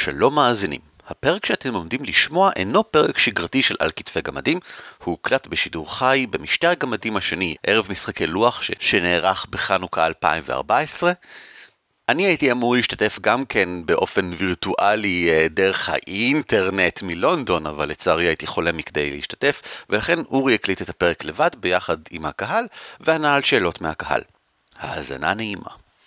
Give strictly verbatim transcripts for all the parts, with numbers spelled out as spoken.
שלום מאזינים, הפרק שאתם עומדים לשמוע אינו פרק שגרתי של על כתפי גמדים, הוא הוקלט בשידור חי במשטר הגמדים השני, ערב משחקי לוח ש... שנערך בחנוכה אלפיים וארבע עשרה. אני הייתי אמור להשתתף גם כן באופן וירטואלי דרך האינטרנט מלונדון, אבל לצערי הייתי חולה מכדי להשתתף, ולכן אורי הקליט את הפרק לבד ביחד עם הקהל, וענה על שאלות מהקהל. האזנה נעימה.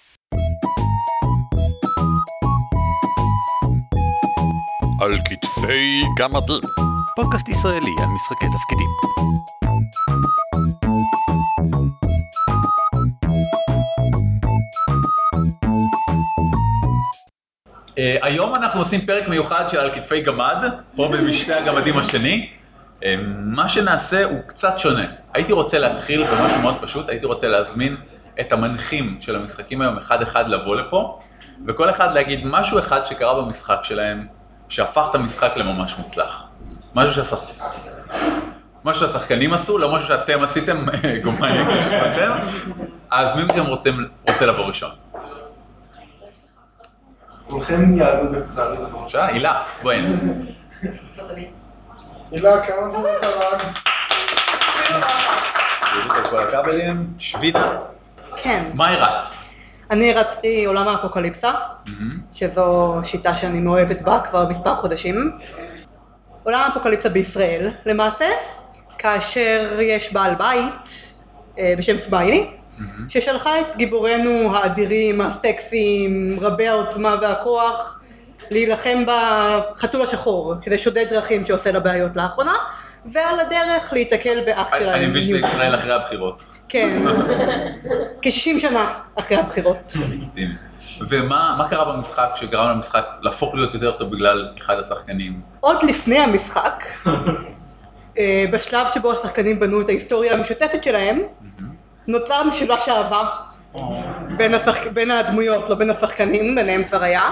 על כתפי גמדים, פודקאסט ישראלי על משחקי תפקידים. Uh, היום אנחנו עושים פרק מיוחד של על כתפי גמד, פה במשתה הגמדים השני. Uh, מה שנעשה הוא קצת שונה. הייתי רוצה להתחיל במשהו מאוד פשוט, הייתי רוצה להזמין את המנחים של המשחקים היום אחד אחד לבוא לפה, וכל אחד להגיד משהו אחד שקרה במשחק שלהם, שהפך את המשחק לממש מוצלח. משהו שהשח... משהו שהשחקנים עשו, לא משהו שאתם עשיתם, גומני יגיד שפעם. אז מי מכם רוצה, רוצה לבוא ראשון? כולכם יעלו בפתאלי בסופו. שעה, הילה, בואי הנה. הילה, כמה דמות הרג? ידעו את כל הכבלים, שבידה. כן. מה הרצת? אני הרצתי עולם האפוקליפסה, שזו שיטה שאני מאוהבת בה כבר מספר חודשים. עולם האפוקליפסה בישראל, למעשה, כאשר יש בעל בית בשם סמיילי, ששלחה את גיבורינו האדירים, הסקסיים, רבי העוצמה והכוח, להילחם בחתול השחור, שזה שודד דרכים שעושה לבעיות לאחרונה, ועל הדרך להתקל באח שלהם. אני מבין שזה ישראל אחרי הבחירות. כן, כ-שישים שנה אחרי הבחירות. ומה קרה במשחק שגרם למשחק להפוך להיות יותר טוב בגלל אחד השחקנים? עוד לפני המשחק, בשלב שבו השחקנים בנו את ההיסטוריה המשותפת שלהם, נוצר משולש אהבה בין, השחק... בין הדמויות, לא בין השחקנים, ביניהם כבר היה.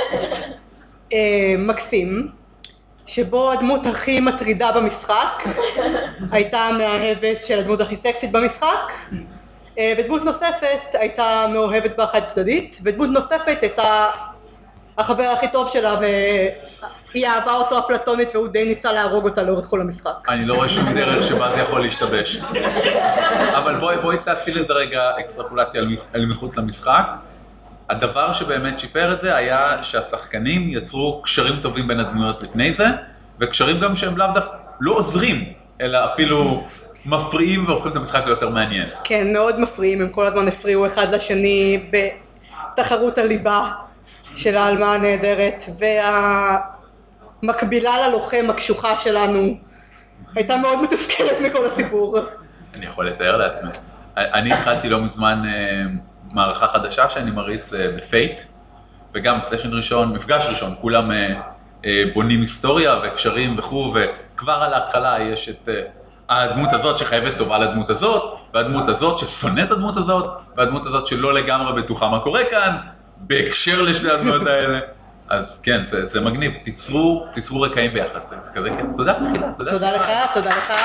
מקסים, שבו הדמות הכי מטרידה במשחק הייתה המאהבת של הדמות הכי סקסית במשחק, ודמות נוספת הייתה מאוהבת בה חד צדדית, ודמות נוספת הייתה החבר הכי טוב שלה והיא אהבה אותו אפלטונית והוא די ניסה להרוג אותה לאורך כל המשחק. אני לא רואה שום דרך שבה זה יכול להשתבש. אבל בואי, בואי תעשי לזה רגע אקסטרפולציה על מחוץ למשחק. הדבר שבאמת שיפר את זה היה שהשחקנים יצרו קשרים טובים בין הדמויות לפני זה, וקשרים גם שהם לאו דווקא לא עוזרים, אלא אפילו מפריעים והופכים את המשחק ליותר מעניין. כן, מאוד מפריעים, הם כל הזמן הפריעו אחד לשני בתחרות הליבה של העלמה הנהדרת, והמקבילה ללוחם הקשוחה שלנו הייתה מאוד מתוסכלת מכל הסיפור. אני יכול לתאר לעצמי. אני התחלתי לא מזמן מערכה חדשה שאני מריץ בפייט, וגם סשן ראשון, מפגש ראשון, כולם בונים היסטוריה וקשרים וכו', וכבר על ההתחלה יש את הדמות הזאת שחייבת טובה לדמות הזאת, והדמות הזאת ששונאת הדמות הזאת, והדמות הזאת שלא לגמרי בטוחה מה קורה כאן, בהקשר לשתי הדמות האלה. אז כן, זה, זה מגניב, תיצרו, תיצרו רקעים ביחד, זה, זה כזה כזה. תודה, תחילה, תודה. תודה לך, תודה לך.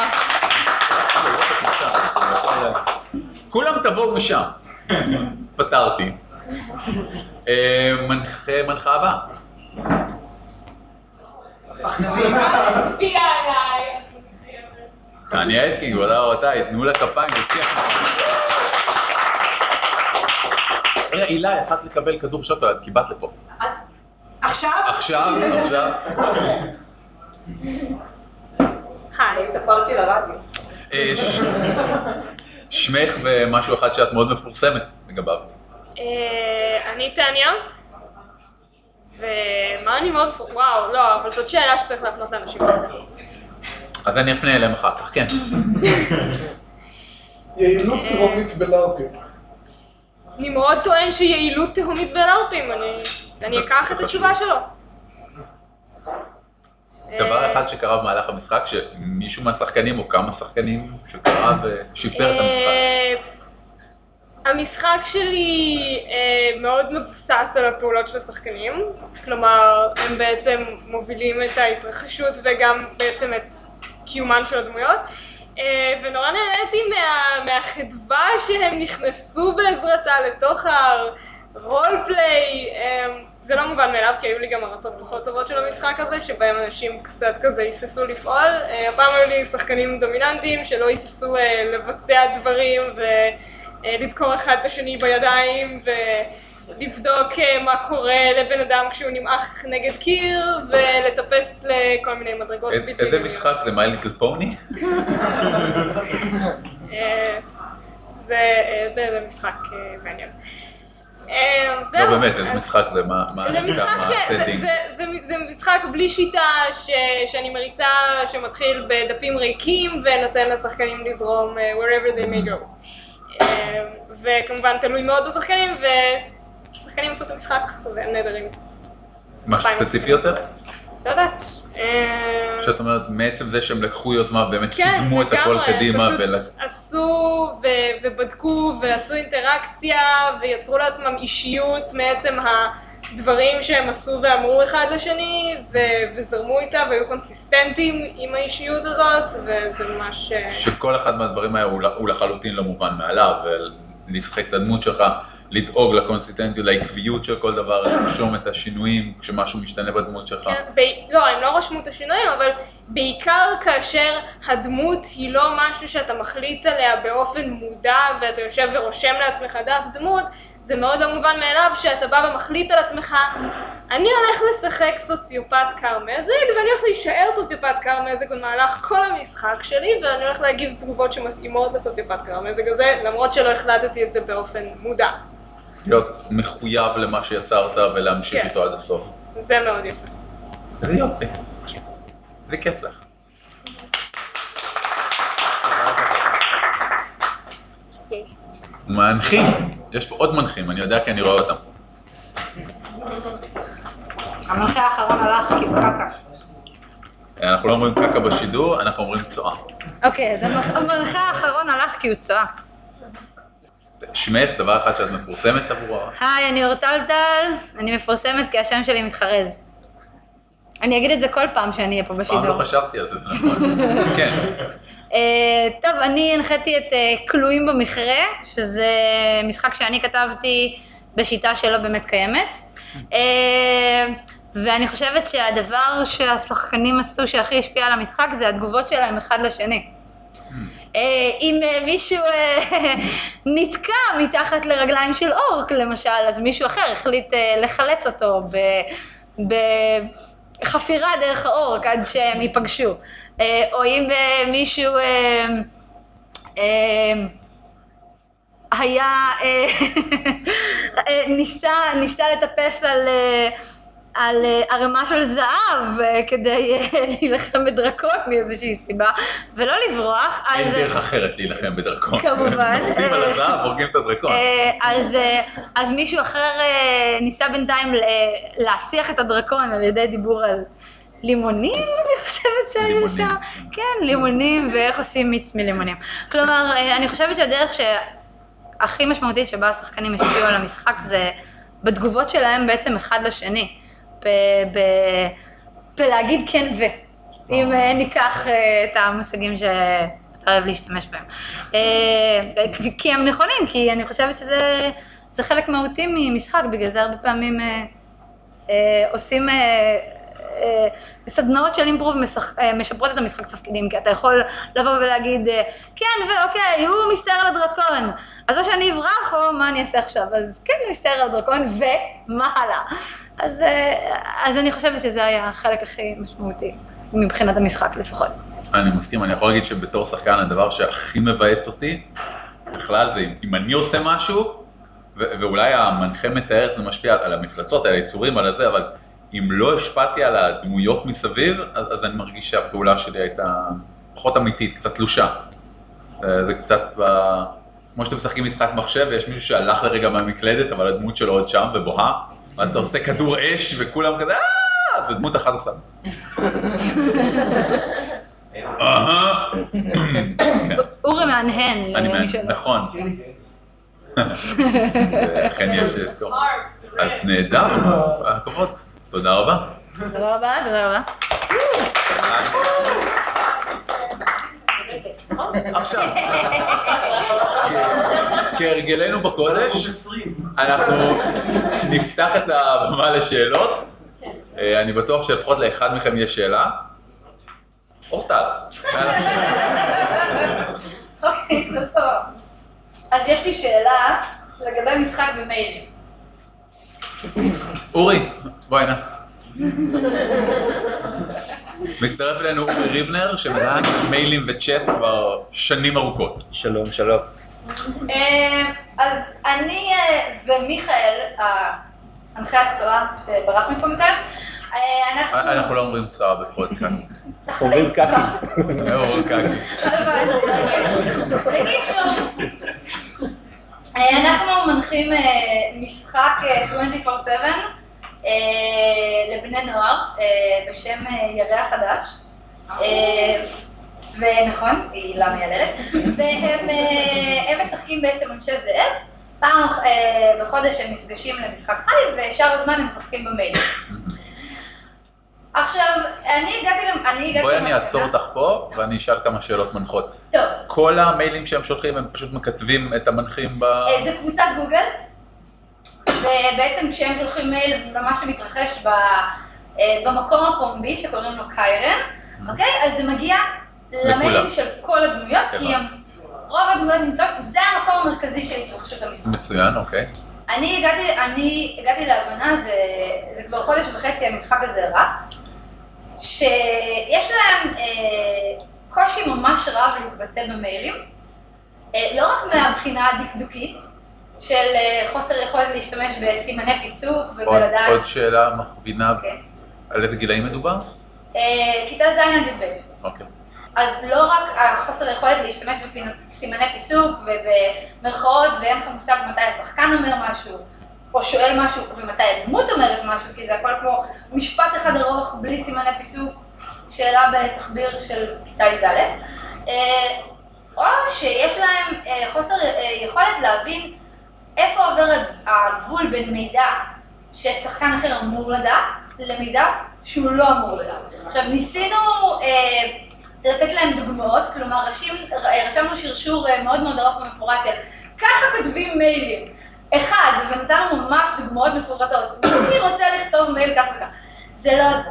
כולם תבואו משם. פתרתי. מנחה, מנחה הבא. תצביע עליי. אני אלקינג, ודאי אותה, תנו לה כפיים, תצליח. רגע, הילה, יכולת לקבל כדור שוקולד, כי באת לפה. עכשיו? עכשיו, עכשיו. היי. התאפרתי לרדיו. שמך ומשהו אחד שאת מאוד מפורסמת לגביו. אני טניה. ומה אני מאוד... וואו, לא, אבל זאת שאלה שצריך להפנות לאנשים. אז אני אפנה אליהם אחר כך, כן. יעילות תהומית בלארפים. אני מאוד טוען שיעילות תהומית בלארפים, אני אקח את התשובה שלו. דבר אחד שקרה במהלך המשחק, שמישהו מהשחקנים או כמה שחקנים שקרה ושיפר את המשחק. המשחק שלי מאוד מבוסס על הפעולות של השחקנים, כלומר הם בעצם מובילים את ההתרחשות וגם בעצם את קיומן של הדמויות, ונורא נהניתי מה, מהחדווה שהם נכנסו בעזרתה לתוך הרול פליי. זה לא מובן מאליו, כי היו לי גם הרצות פחות טובות של המשחק הזה, שבהם אנשים קצת כזה היססו לפעול. הפעם היו לי שחקנים דומיננטיים שלא היססו לבצע דברים ולדקור אחד את השני בידיים ולבדוק מה קורה לבן אדם כשהוא נמעך נגד קיר ולטפס לכל מיני מדרגות. איזה משחק זה? My Little Pony? זה משחק מעניין. לא באמת, איזה משחק זה, מה הסטינג? זה משחק בלי שיטה שאני מריצה שמתחיל בדפים ריקים ונותן לשחקנים לזרום wherever they may go. וכמובן תלוי מאוד בשחקנים, ושחקנים עשו את המשחק והם נהדרים. משהו ספציפי יותר? לא יודעת. שאת אומרת, מעצם זה שהם לקחו יוזמה, באמת קידמו את הכל קדימה. כן, פשוט עשו ובדקו ועשו אינטראקציה ויצרו לעצמם אישיות מעצם הדברים שהם עשו ואמרו אחד לשני וזרמו איתה והיו קונסיסטנטים עם האישיות הזאת וזה ממש... שכל אחד מהדברים האלה הוא לחלוטין לא מובן מעליו ולשחק את הדמות שלך. לדאוג לקונסיסטנטיות, לעקביות של כל דבר, לרשום את השינויים כשמשהו משתנה בדמות שלך. כן, לא, הם לא רשמו את השינויים, אבל בעיקר כאשר הדמות היא לא משהו שאתה מחליט עליה באופן מודע ואתה יושב ורושם לעצמך דף דמות, זה מאוד לא מובן מאליו שאתה בא ומחליט על עצמך, אני הולך לשחק סוציופט קר מזג ואני הולך להישאר סוציופט קר מזג במהלך כל המשחק שלי ואני הולך להגיב תגובות שמתאימות לסוציופט קר מזג הזה, למרות שלא החלטתי את זה באופן מודע. להיות מחויב למה שיצרת ולהמשיך איתו עד הסוף. זה מאוד יפה. זה יופי. זה כיף לך. מנחים, יש פה עוד מנחים, אני יודע כי אני רואה אותם. המנחה האחרון הלך כי הוא קקה. אנחנו לא אומרים קקה בשידור, אנחנו אומרים צועה. אוקיי, אז המנחה האחרון הלך כי הוא צועה. שמך, דבר אחד שאת מפורסמת עבורה. היי, אני אורטל טל, אני מפורסמת כי השם שלי מתחרז. אני אגיד את זה כל פעם שאני אהיה פה בשידור. פעם לא חשבתי על זה, נכון. כן. טוב, אני הנחיתי את כלואים במכרה, שזה משחק שאני כתבתי בשיטה שלא באמת קיימת. ואני חושבת שהדבר שהשחקנים עשו שהכי השפיע על המשחק זה התגובות שלהם אחד לשני. אם מישהו נתקע מתחת לרגליים של אורק למשל, אז מישהו אחר החליט לחלץ אותו בחפירה דרך האורק עד שהם ייפגשו. או אם מישהו היה ניסה ניסה לטפס על על ערימה של זהב כדי להילחם בדרקון מאיזושהי סיבה, ולא לברוח. אין דרך אחרת להילחם בדרקון. כמובן. נוסעים על הזהב, הורגים את הדרקון. אז מישהו אחר ניסה בינתיים להסיח את הדרקון על ידי דיבור על לימונים, אני חושבת שהיו שם. כן, לימונים ואיך עושים מיץ מלימונים. כלומר, אני חושבת שהדרך שהכי משמעותית שבה השחקנים השפיעו על המשחק זה בתגובות שלהם בעצם אחד לשני. בלהגיד כן ו, אם ניקח את המושגים שאתה אוהב להשתמש בהם. כי הם נכונים, כי אני חושבת שזה חלק מהותי ממשחק, בגלל זה הרבה פעמים עושים סדנאות של אימפרוב משפרות את המשחק תפקידים, כי אתה יכול לבוא ולהגיד, כן ואוקיי, הוא מסתער על הדרקון, אז או שאני אברח או מה אני אעשה עכשיו, אז כן, הוא מסתער על הדרקון ומה הלאה. אז, אז אני חושבת שזה היה החלק הכי משמעותי, מבחינת המשחק לפחות. אני מסכים, אני יכול להגיד שבתור שחקן הדבר שהכי מבאס אותי, בכלל זה אם אני עושה משהו, ואולי המנחה מתאר זה משפיע על המפלצות, על היצורים, על הזה, אבל אם לא השפעתי על הדמויות מסביב, אז, אז אני מרגיש שהפעולה שלי הייתה פחות אמיתית, קצת תלושה. זה קצת, כמו שאתם משחקים משחק מחשב, ויש מישהו שהלך לרגע מהמקלדת, אבל הדמות שלו עוד שם ובוהה, ואז אתה עושה כדור אש וכולם כזה, אההה, ודמות אחת עושה. אהה. אורי מהנהן. אני מהנהן, נכון. לכן יש טוב. אז נהדר, הכבוד. תודה רבה. תודה רבה, תודה רבה. עכשיו, כהרגלנו בקודש, אנחנו נפתח את הבמה לשאלות. אני בטוח שלפחות לאחד מכם יש שאלה. אורטל. אוקיי, סבבה. אז יש לי שאלה לגבי משחק במיילים. אורי, בואי הנה. מצטרף אלינו אורי ריבנר, שמזהה מיילים וצ'אט כבר שנים ארוכות. שלום, שלום. אז אני ומיכאל, אנשי הצועה שברח מפה מכאן, אנחנו... אנחנו לא אומרים צועה בפודקאסט. אומרים קקי. אומרים קקי. בקיצור, אנחנו מנחים משחק עשרים וארבע שבע לבני נוער בשם ירח חדש, ונכון, היא לא מיילדת, והם משחקים בעצם אנשי זאב, פעם בחודש הם נפגשים למשחק חי ושאר הזמן הם משחקים במיילים. עכשיו, אני הגעתי למסקנה... בואי אני אעצור אותך פה ואני אשאל כמה שאלות מנחות. טוב. כל המיילים שהם שולחים הם פשוט מקטבים את המנחים ב... זה קבוצת גוגל, ובעצם כשהם שולחים מייל למה שמתרחש במקום הפומבי שקוראים לו קיירן, אוקיי? אז זה מגיע למיילים של כל הדמויות, כי רוב הדמויות נמצאות, זה המקום המרכזי של התרחשות המשחק. מצוין, אוקיי. אני הגעתי, אני הגעתי להבנה, זה, זה כבר חודש וחצי המשחק הזה רץ, שיש להם אה, קושי ממש רב להתבטא במיילים, אה, לא רק מהבחינה הדקדוקית, של אה, חוסר יכולת להשתמש בסימני פיסוק ובלדעת. עוד שאלה מכווינה, כן. על איזה גילאים מדובר? אה, כיתה ז' עד י"ב. אוקיי. אז לא רק החוסר יכולת להשתמש בסימני פיסוק ובמרכאות ואין לך מושג מתי השחקן אומר משהו או שואל משהו ומתי הדמות אומרת משהו, כי זה הכל כמו משפט אחד ארוך בלי סימני פיסוק, שאלה בתחביר של כיתה י"א, או שיש להם חוסר יכולת להבין איפה עובר הגבול בין מידע ששחקן אחר אמור לדעת למידע שהוא לא אמור לדעת. עכשיו ניסינו לתת להם דוגמאות, כלומר רשים, רשמנו שרשור מאוד מאוד ארוך ומפורט של ככה כותבים מיילים, אחד, ונתנו ממש דוגמאות מפורטות, אני רוצה לכתוב מייל כך וכך, זה לא עזר.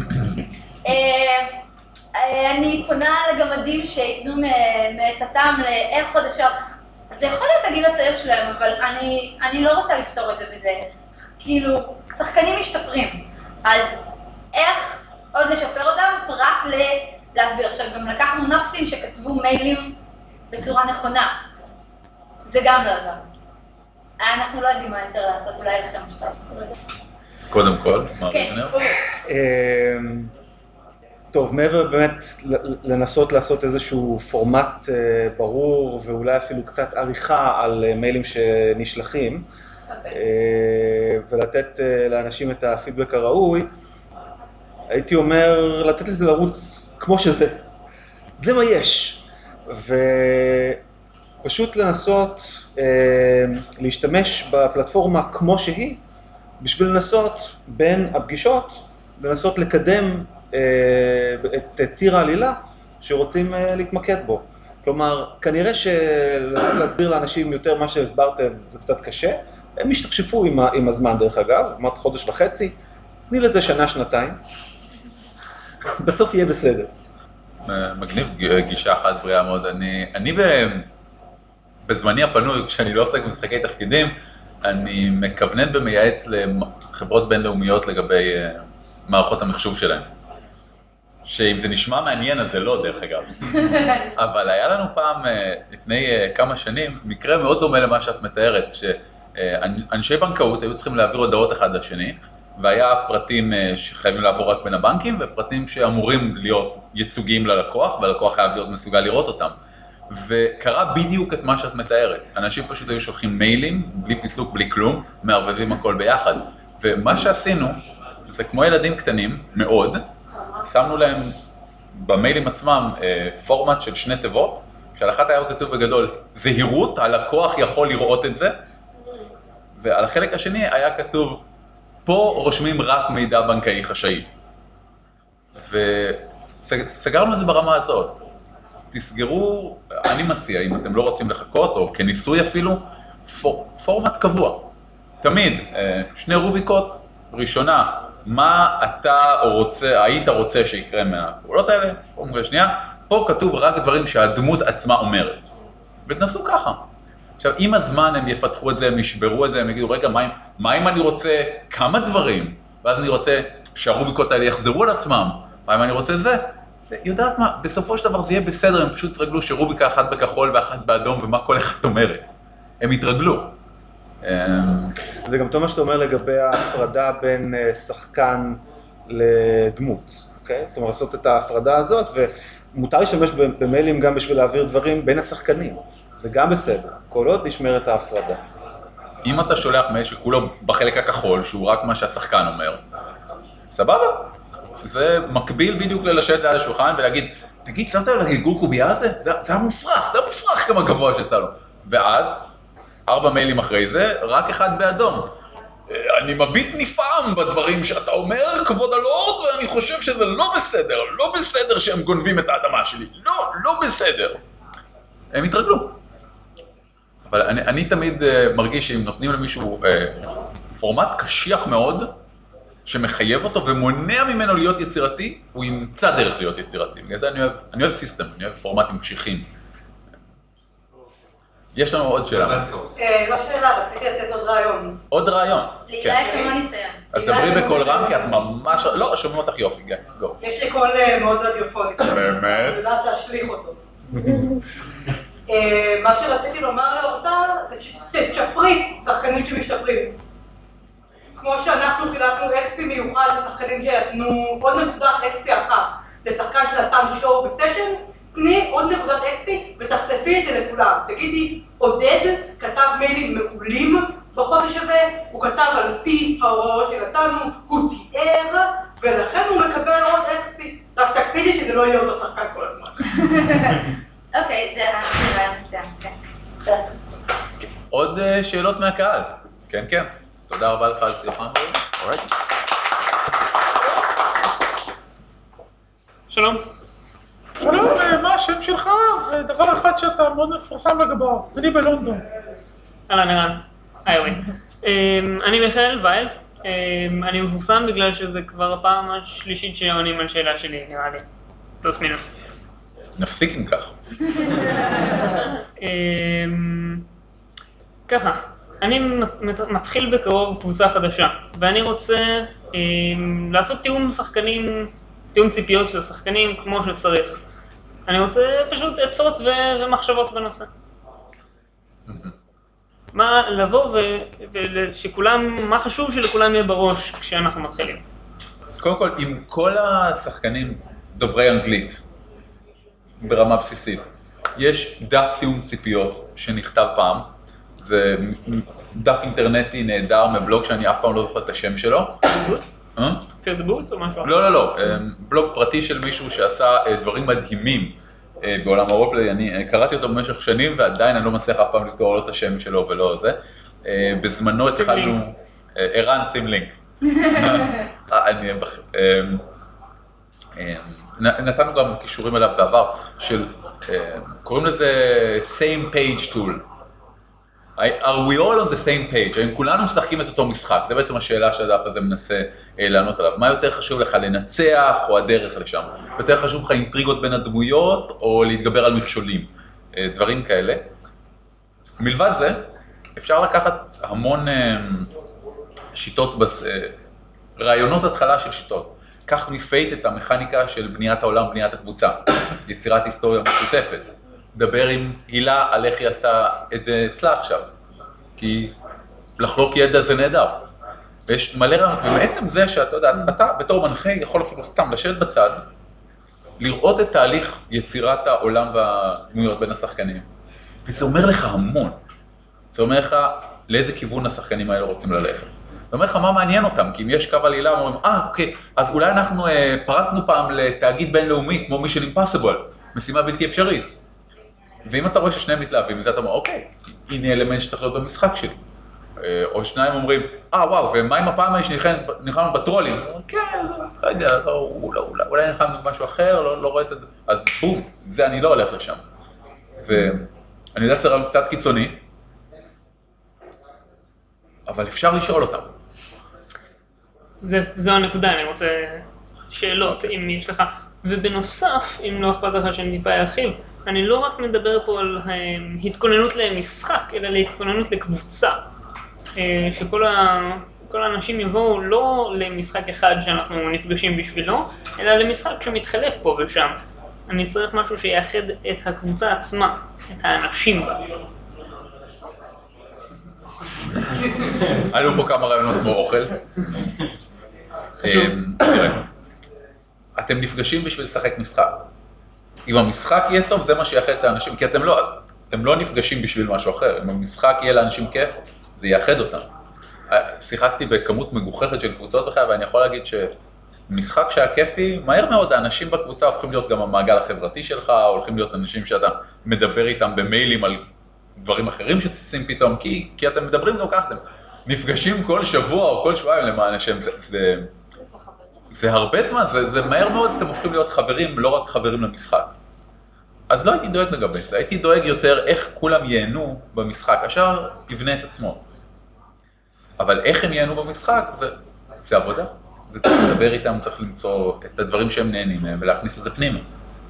אני פונה לגמדים שיתנו מעצתם לאיך עוד אפשר, זה יכול להיות הגיל הצעיר שלהם, אבל אני, אני לא רוצה לפתור את זה בזה, כאילו, שחקנים משתפרים, אז איך עוד לשפר אותם פרט ל... להסביר. עכשיו, גם לקחנו נפסים שכתבו מיילים בצורה נכונה. זה גם לא עזר. אנחנו לא יודעים מה יותר לעשות, אולי לכם משפט. אז קודם כל, מה כן. טוב, מעבר באמת לנסות לעשות איזשהו פורמט ברור, ואולי אפילו קצת עריכה על מיילים שנשלחים, ולתת לאנשים את הפידבק הראוי, הייתי אומר, לתת לזה לרוץ כמו שזה. זה מה יש. ופשוט לנסות אה, להשתמש בפלטפורמה כמו שהיא, בשביל לנסות בין הפגישות, לנסות לקדם אה, את ציר העלילה שרוצים אה, להתמקד בו. כלומר, כנראה שלהסביר לאנשים יותר מה שהסברתם זה קצת קשה. הם משתפשפו עם, עם הזמן דרך אגב, אמרת חודש וחצי, תני לזה שנה, שנתיים. בסוף יהיה בסדר. מגניב, גישה אחת בריאה מאוד. אני, אני בזמני הפנוי, כשאני לא עוסק במשחקי תפקידים, אני מכוונן במייעץ לחברות בינלאומיות לגבי מערכות המחשוב שלהם. שאם זה נשמע מעניין, אז זה לא דרך אגב. אבל היה לנו פעם, לפני כמה שנים, מקרה מאוד דומה למה שאת מתארת, שאנשי בנקאות היו צריכים להעביר הודעות אחד לשני, והיה פרטים שחייבים לעבור רק בין הבנקים, ופרטים שאמורים להיות ייצוגיים ללקוח, והלקוח חייב להיות מסוגל לראות אותם. וקרה בדיוק את מה שאת מתארת. אנשים פשוט היו שולחים מיילים, בלי פיסוק, בלי כלום, מערבבים הכל ביחד. ומה שעשינו, זה כמו ילדים קטנים, מאוד, שמנו להם במיילים עצמם פורמט של שני תיבות, שעל אחת היה כתוב בגדול, זהירות, הלקוח יכול לראות את זה, ועל החלק השני היה כתוב, פה רושמים רק מידע בנקאי חשאי. וסגרנו את זה ברמה הזאת. תסגרו, אני מציע, אם אתם לא רוצים לחכות, או כניסוי אפילו, פור, פורמט קבוע. תמיד, שני רוביקות, ראשונה, מה אתה או רוצה, היית רוצה שיקרה מהפעולות האלה, פורמט שנייה, פה כתוב רק דברים שהדמות עצמה אומרת. ותנסו ככה. עכשיו, עם הזמן הם יפתחו את זה, הם ישברו את זה, הם יגידו, רגע, מה אם, מה אם אני רוצה כמה דברים? ואז אני רוצה שהרוביקות האלה יחזרו על עצמם. מה אם אני רוצה זה? יודעת מה, בסופו של דבר זה יהיה בסדר, הם פשוט התרגלו שרוביקה אחת בכחול ואחת באדום, ומה כל אחד אומרת. הם התרגלו. זה גם טוב מה שאתה אומר לגבי ההפרדה בין שחקן לדמות, אוקיי? זאת אומרת, לעשות את ההפרדה הזאת, ומותר להשתמש במיילים גם בשביל להעביר דברים בין השחקנים. זה גם בסדר, כל עוד נשמרת ההפרדה. אם אתה שולח מייל שכולו בחלק הכחול, שהוא רק מה שהשחקן אומר, סבבה. זה מקביל בדיוק ללשבת ליד השולחן ולהגיד, תגיד, שמת לו לגור קובייה הזה? זה היה מופרך, זה היה מופרך כמה גבוה שיצא לו. ואז, ארבע מיילים אחרי זה, רק אחד באדום. אני מביט נפעם בדברים שאתה אומר, כבוד הלורד, ואני חושב שזה לא בסדר, לא בסדר שהם גונבים את האדמה שלי. לא, לא בסדר. הם התרגלו. אבל אני, אני תמיד uh, מרגיש שאם נותנים למישהו uh, פורמט קשיח מאוד, שמחייב אותו ומונע ממנו להיות יצירתי, הוא ימצא דרך להיות יצירתי. בגלל זה אני אוהב, אני אוהב סיסטם, אני אוהב פורמטים קשיחים. יש לנו עוד שאלה. לא שאלה, רציתי לתת עוד רעיון. עוד רעיון. להילה יש לנו ניסיון. אז דברי בקול רם, כי את ממש... לא, שומעים אותך יופי, גו. יש לי קול מאוד רדיופוני. באמת? אני יודעת להשליך אותו. מה שרציתי לומר לאורטל זה שתצ'פרי שחקנים שמשתפרים. כמו שאנחנו חילקנו אקס פי מיוחד לשחקנים שיתנו עוד נקודת אקס פי אחת לשחקן של הטעם שלו בסשן, תני עוד נקודת אקס פי ותחשפי את זה לכולם. תגידי, עודד כתב מיילים מעולים בחודש הזה, הוא כתב על פי ההוראות שנתנו, הוא תיאר, ולכן הוא מקבל עוד אקס פי. רק תקפידי שזה לא יהיה אותו שחקן כל הזמן. אוקיי, זה רעיון מצוין, כן. עוד שאלות מהקהל. כן, כן. תודה רבה לך על שיחה. שלום. שלום, מה השם שלך? ודבר אחד שאתה מאוד מפורסם לגביו. אני בלונדון. אהלן, ערן. היי אורי. אני מיכאל וייל. אני מפורסם בגלל שזה כבר הפעם השלישית שעונים על שאלה שלי, נראה לי. פלוס מינוס. נפסיק עם כך. ככה, אני מתחיל בקרוב קבוצה חדשה, ואני רוצה לעשות תיאום שחקנים, תיאום ציפיות של השחקנים כמו שצריך. אני רוצה פשוט עצות ומחשבות בנושא. מה לבוא ושכולם, מה חשוב שלכולם יהיה בראש כשאנחנו מתחילים? קודם כל, עם כל השחקנים דוברי אנגלית, ברמה בסיסית, יש דף תיאום ציפיות שנכתב פעם, זה דף אינטרנטי נהדר מבלוג שאני אף פעם לא זוכר את השם שלו. פרדבוט? פרדבוט או משהו? לא, לא, לא, בלוג פרטי של מישהו שעשה דברים מדהימים בעולם הרולפליי, אני קראתי אותו במשך שנים ועדיין אני לא מצליח אף פעם לזכור לו את השם שלו ולא זה. בזמנו התחלנו, ערן שים לינק. אני אהיה בכם. נתנו גם קישורים אליו בעבר של, קוראים לזה same page tool. Are we all on the same page? האם כולנו משחקים את אותו משחק? זה בעצם השאלה שהדף הזה מנסה לענות עליו. מה יותר חשוב לך, לנצח או הדרך לשם? יותר חשוב לך אינטריגות בין הדמויות או להתגבר על מכשולים? דברים כאלה. מלבד זה, אפשר לקחת המון שיטות, רעיונות התחלה של שיטות. כך מפייט את המכניקה של בניית העולם, בניית הקבוצה, יצירת היסטוריה משותפת. דבר עם הילה על איך היא עשתה את זה אצלה עכשיו, כי לחלוק ידע זה נהדר. ויש מלא רעיונות, ובעצם זה שאתה יודע, אתה בתור מנחה יכול אפילו סתם לשבת בצד, לראות את תהליך יצירת העולם והדמויות בין השחקנים, וזה אומר לך המון. זה אומר לך לאיזה כיוון השחקנים האלה רוצים ללכת. זה אומר לך מה מעניין אותם, כי אם יש קו עלילה, אומרים, אה, אוקיי, אז אולי אנחנו אה, פרצנו פעם לתאגיד בינלאומי, כמו Mission Impossible, משימה בלתי אפשרית. ואם אתה רואה ששניהם מתלהבים, וזה אתה אומר, אוקיי, הנה אלמנט שצריך להיות במשחק שלי. או שניים אומרים, אה וואו, ומה עם הפעם ההיא שנלחמנו בטרולים? כן, לא יודע, אולי נלחמנו במשהו אחר, לא רואה את זה, אז בום, זה אני לא הולך לשם. ואני יודע שזה רעיון קצת קיצוני, אבל אפשר לשאול אותם. זו הנקודה, אני רוצה שאלות, אם יש לך. ובנוסף, אם לא אכפת לך שאני טיפה ארחיב, אני לא רק מדבר פה על התכוננות למשחק, אלא להתכוננות לקבוצה. שכל האנשים יבואו לא למשחק אחד שאנחנו נפגשים בשבילו, אלא למשחק שמתחלף פה ושם. אני צריך משהו שיאחד את הקבוצה עצמה, את האנשים בה. עלו פה כמה רעיונות כמו אוכל. אתם נפגשים בשביל לשחק משחק. אם המשחק יהיה טוב, זה מה שיאחד את האנשים, כי אתם לא, אתם לא נפגשים בשביל משהו אחר. אם המשחק יהיה לאנשים כיף, זה יאחד אותם. שיחקתי בכמות מגוחכת של קבוצות אחר, ואני יכול להגיד שמשחק שהיה כיפי, מהר מאוד האנשים בקבוצה הופכים להיות גם המעגל החברתי שלך, הולכים להיות אנשים שאתה מדבר איתם במיילים על דברים אחרים שצצים פתאום, כי, כי אתם מדברים גם ככה, אתם נפגשים כל שבוע או כל שבועיים למען השם, זה, זה, זה הרבה זמן, זה, זה מהר מאוד אתם הופכים להיות חברים, לא רק חברים למשחק. אז לא הייתי דואג לגבי זה, הייתי דואג יותר איך כולם ייהנו במשחק, השאר יבנה את עצמו. אבל איך הם ייהנו במשחק, זה, זה עבודה. זה צריך לדבר איתם, צריך למצוא את הדברים שהם נהנים מהם ולהכניס את זה פנימה.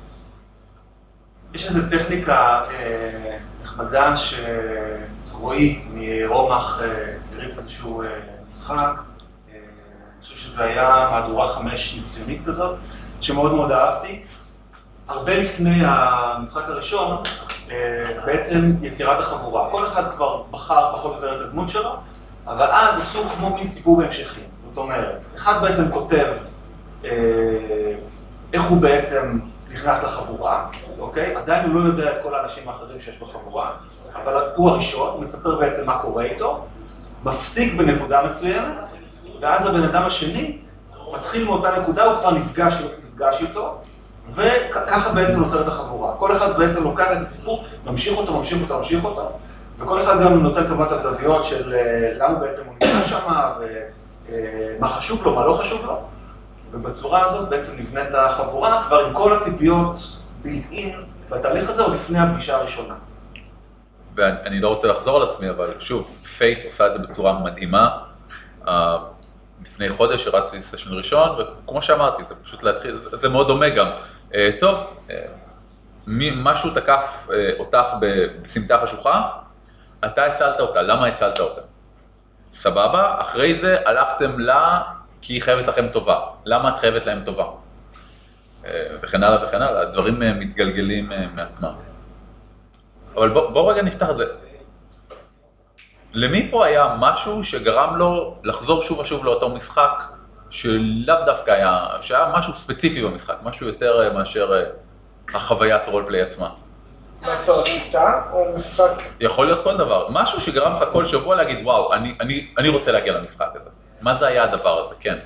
יש איזו טכניקה אה, נחמדה שרועי מרומח אה, הריץ איזשהו אה, משחק. אה, אני חושב שזה היה מהדורה חמש ניסיונית כזאת, שמאוד מאוד אהבתי. הרבה לפני המשחק הראשון, אה, בעצם יצירת החבורה. כל אחד כבר בחר פחות או יותר את הדמות שלו, אבל אז עשו כמו מין סיפור בהמשכים. זאת אומרת, אחד בעצם כותב אה, איך הוא בעצם נכנס לחבורה, אוקיי? עדיין הוא לא יודע את כל האנשים האחרים שיש בחבורה, אבל הוא הראשון, הוא מספר בעצם מה קורה איתו, מפסיק בנקודה מסוימת, ואז הבן אדם השני מתחיל מאותה נקודה, הוא כבר נפגש, נפגש איתו, וככה בעצם נוצר את החבורה. כל אחד בעצם לוקח את הסיפור, ממשיך אותו, ממשיך אותו, ממשיך אותו, וכל אחד גם נותן כמה את הזוויות של למה בעצם הוא נמצא שם, ומה חשוב לו, מה לא חשוב לו. ובצורה הזאת בעצם נבנית החבורה, כבר עם כל הציפיות בילט אין בתהליך הזה, או לפני הפגישה הראשונה. ואני לא רוצה לחזור על עצמי, אבל שוב, פייט עושה את זה בצורה מדהימה. לפני חודש הרצתי סשן ראשון, וכמו שאמרתי, זה פשוט להתחיל, זה מאוד דומה גם. טוב, משהו תקף אותך בסמטה חשוכה, אתה הצלת אותה, למה הצלת אותה? סבבה, אחרי זה הלכתם לה, כי היא חייבת לכם טובה. למה את חייבת להם טובה? וכן הלאה וכן הלאה, הדברים מתגלגלים מעצמם. אבל בוא, בוא רגע נפתח את זה. למי פה היה משהו שגרם לו לחזור שוב ושוב לאותו משחק, שלאו דווקא היה, שהיה משהו ספציפי במשחק, משהו יותר מאשר החוויית רולפליי עצמה? לעשות כיתה או משחק? יכול להיות כל דבר. משהו שגרם לך כל שבוע להגיד, וואו, אני, אני, אני רוצה להגיע למשחק הזה. מה זה היה הדבר הזה? כן.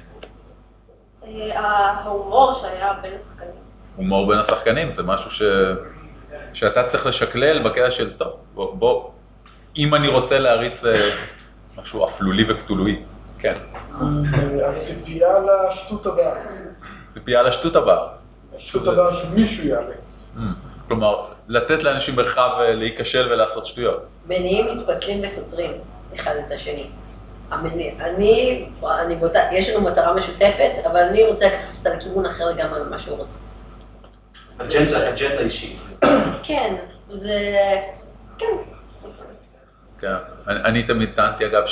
ההומור שהיה בין השחקנים. הומור בין השחקנים, זה משהו ש... שאתה צריך לשקלל בקטע של, טוב, בוא, בוא, אם אני רוצה להריץ משהו אפלולי וכתולוי, כן. הציפייה לשטות הבאה. ציפייה לשטות הבאה. השטות הבאה שמישהו יעלה. כלומר, לתת לאנשים מרחב להיכשל ולעשות שטויות. מניעים מתפצלים וסותרים אחד את השני. המניע, אני, אני בוטה, יש לנו מטרה משותפת, אבל אני רוצה לקחת אותה לכיוון אחר לגמרי ממה שהוא רוצה. אג'נדה, אג'נדה אישית. כן, זה... כן. כן, אני, אני תמיד טענתי אגב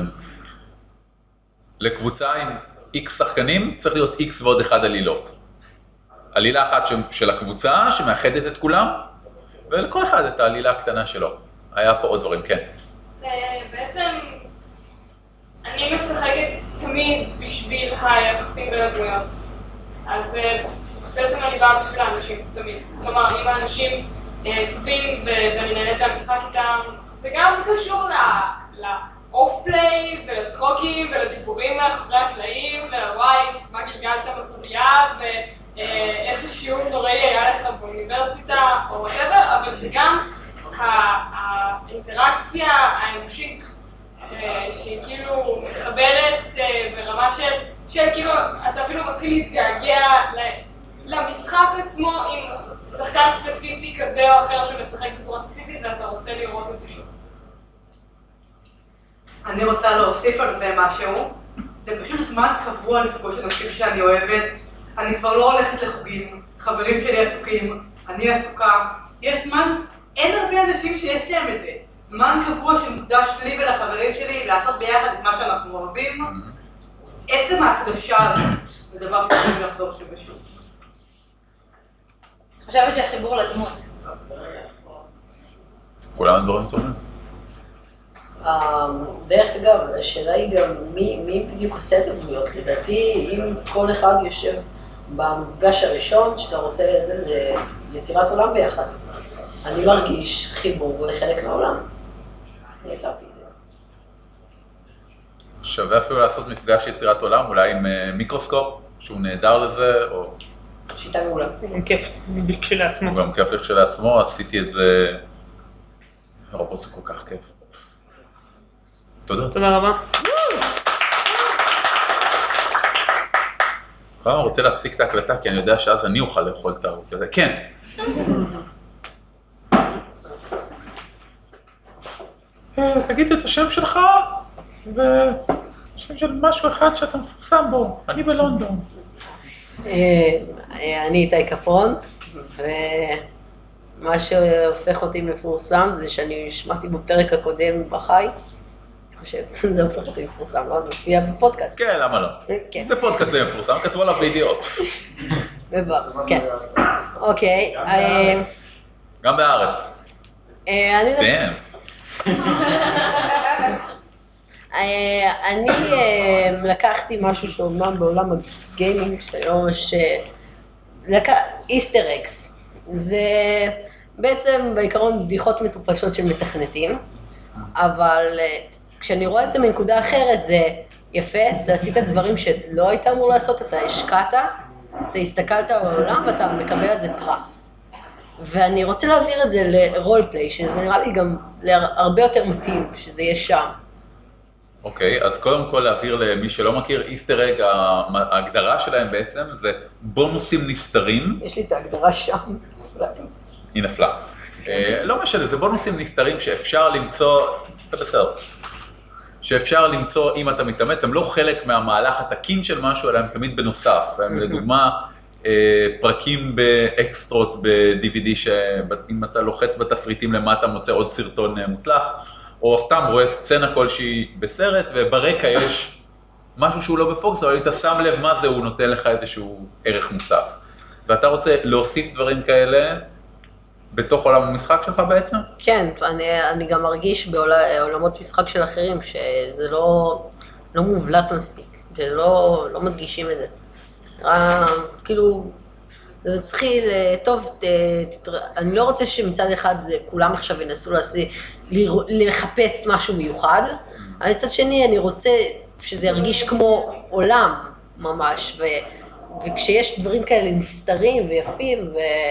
שלקבוצה עם איקס שחקנים צריך להיות איקס ועוד אחד עלילות. עלילה אחת של הקבוצה שמאחדת את כולם, ולכל אחד את העלילה הקטנה שלו. היה פה עוד דברים, כן. בעצם אני משחקת תמיד בשביל היחסים בין הדמויות. אז בעצם אני באה בשביל האנשים, תמיד. כלומר, אם האנשים טובים ואני נהנית מהמשחק איתם, זה גם קשור לאוף-פליי ולצחוקים ולדיבורים מאחורי הקלעים, ולוואי, מה גלגלת בקובייה, ואיזה שיעור נוראי היה לך באוניברסיטה או whatever, אבל זה גם האינטראקציה האנושית שכאילו אתה אפילו מתחיל להתגעגע למשחק עצמו עם שחקן ספציפי כזה או אחר שמשחק בצורה ספציפית ואתה רוצה לראות את זה שוב. אני רוצה להוסיף על זה משהו. זה פשוט זמן קבוע לפגוש אנשים שאני אוהבת. אני כבר לא הולכת לחוגים, חברים שלי עסוקים, אני עסוקה. יש זמן, אין הרבה אנשים שיש להם את זה. זמן קבוע שמוקדש לי ולחברים שלי לעשות ביחד את מה שאנחנו אוהבים. עצם ההקדשה הזאת זה דבר שצריך לחזור שבשוב. חושבת שהחיבור לדמות. כולם הדברים טובים. דרך אגב, השאלה היא גם מי בדיוק עושה את הדמויות. לדעתי, אם כל אחד יושב במפגש הראשון שאתה רוצה לזה, זה יצירת עולם ביחד. אני מרגיש חיבור לחלק מהעולם. אני יצרתי את זה. שווה אפילו לעשות מפגש יצירת עולם, אולי עם מיקרוסקופ, שהוא נהדר לזה, או... שיטה מעולה. כיף, כשלעצמו. הוא גם כיף כשלעצמו, עשיתי את זה... רובוט זה כל כך כיף. תודה. תודה רבה. פעם אני רוצה להפסיק את ההקלטה, כי אני יודע שאז אני אוכל לאכול את הערוב הזה. כן. תגיד את השם שלך, ושם של משהו אחד שאתה מפורסם בו. אני בלונדון. אני איתי קפון, ומה שהופך אותי מפורסם זה שאני שמעתי בפרק הקודם בחי. אני חושב, זה הופך אותי מפורסם, לא? אני מופיע בפודקאסט. כן, למה לא? כן. בפודקאסט די מפורסם, כתבו עליו בידיעות. כן. אוקיי. גם בארץ. אני... דאם. אני לקחתי משהו שאומנם בעולם הגיימינג, שלא ממש... איסטר אקס. זה בעצם בעיקרון בדיחות מטופשות של מתכנתים, אבל כשאני רואה את זה מנקודה אחרת זה יפה, אתה עשית דברים שלא היית אמור לעשות, אתה השקעת, אתה הסתכלת על העולם ואתה מקבל על זה פרס. ואני רוצה להעביר את זה לרול פליי, שזה נראה לי גם הרבה יותר מתאים, שזה יהיה שם. אוקיי, אז קודם כל להעביר למי שלא מכיר, איסטר אג, ההגדרה שלהם בעצם זה בונוסים נסתרים. יש לי את ההגדרה שם. היא נפלה. לא משנה, זה בונוסים נסתרים שאפשר למצוא, זה בסדר, שאפשר למצוא אם אתה מתאמץ, הם לא חלק מהמהלך התקין של משהו, אלא הם תמיד בנוסף. הם לדוגמה, פרקים באקסטרות ב-די וי די, שאם אתה לוחץ בתפריטים למטה מוצא עוד סרטון מוצלח, או סתם רואה סצנה כלשהי בסרט, וברקע יש משהו שהוא לא בפוקוס, אבל אתה שם לב מה זה, הוא נותן לך איזשהו ערך מוסף. ואתה רוצה להוסיף דברים כאלה בתוך עולם המשחק שלך בעצם? כן, אני, אני גם מרגיש בעולמות משחק של אחרים, שזה לא, לא מובלט מספיק, שלא לא מדגישים את זה. נראה, כאילו, זה צריכי, טוב, תתר... אני לא רוצה שמצד אחד זה, כולם עכשיו ינסו לעשות, לחפש משהו מיוחד, אבל מצד שני אני רוצה שזה ירגיש כמו עולם ממש, ו... וכשיש דברים כאלה נסתרים ויפים,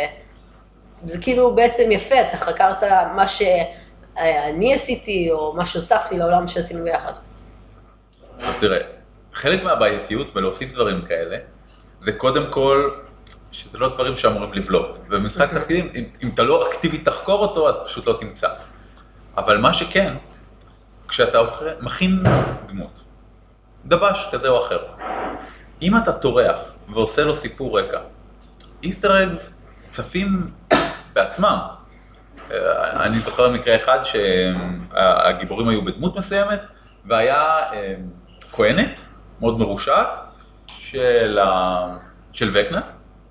וזה כאילו בעצם יפה, אתה חקרת מה שאני עשיתי, או מה שהוספתי לעולם שעשינו ביחד. טוב, תראה, חלק מהבעייתיות בלהוסיף דברים כאלה, זה קודם כל, שזה לא דברים שאמורים לבלוט. ובמשחק תפקידים, אם, אם אתה לא אקטיבית תחקור אותו, אז פשוט לא תמצא. אבל מה שכן, כשאתה מכין דמות, דבש כזה או אחר, אם אתה טורח ועושה לו סיפור רקע, איסטר אגס צפים בעצמם. אני זוכר מקרה אחד שהגיבורים היו בדמות מסוימת, והיה כהנת מאוד מרושעת של, של וקנה,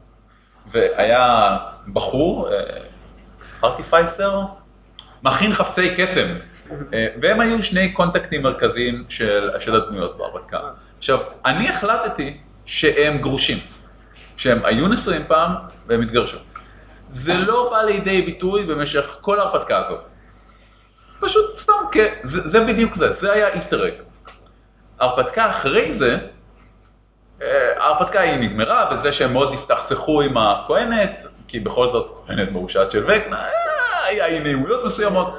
והיה בחור, ארטיפייסר, מכין חפצי קסם, והם היו שני קונטקטים מרכזיים של, של הדמויות בהרפתקה. עכשיו, אני החלטתי שהם גרושים, שהם היו נשואים פעם והם התגרשו. זה לא בא לידי ביטוי במשך כל ההרפתקה הזאת. פשוט סתם, זה, זה בדיוק זה, זה היה איסטר אג. ההרפתקה אחרי זה, ההרפתקה היא נגמרה בזה שהם מאוד הסתכסכו עם הכהנת, כי בכל זאת כהנת מרושעת של וקנה, היה אי נעימויות מסוימות.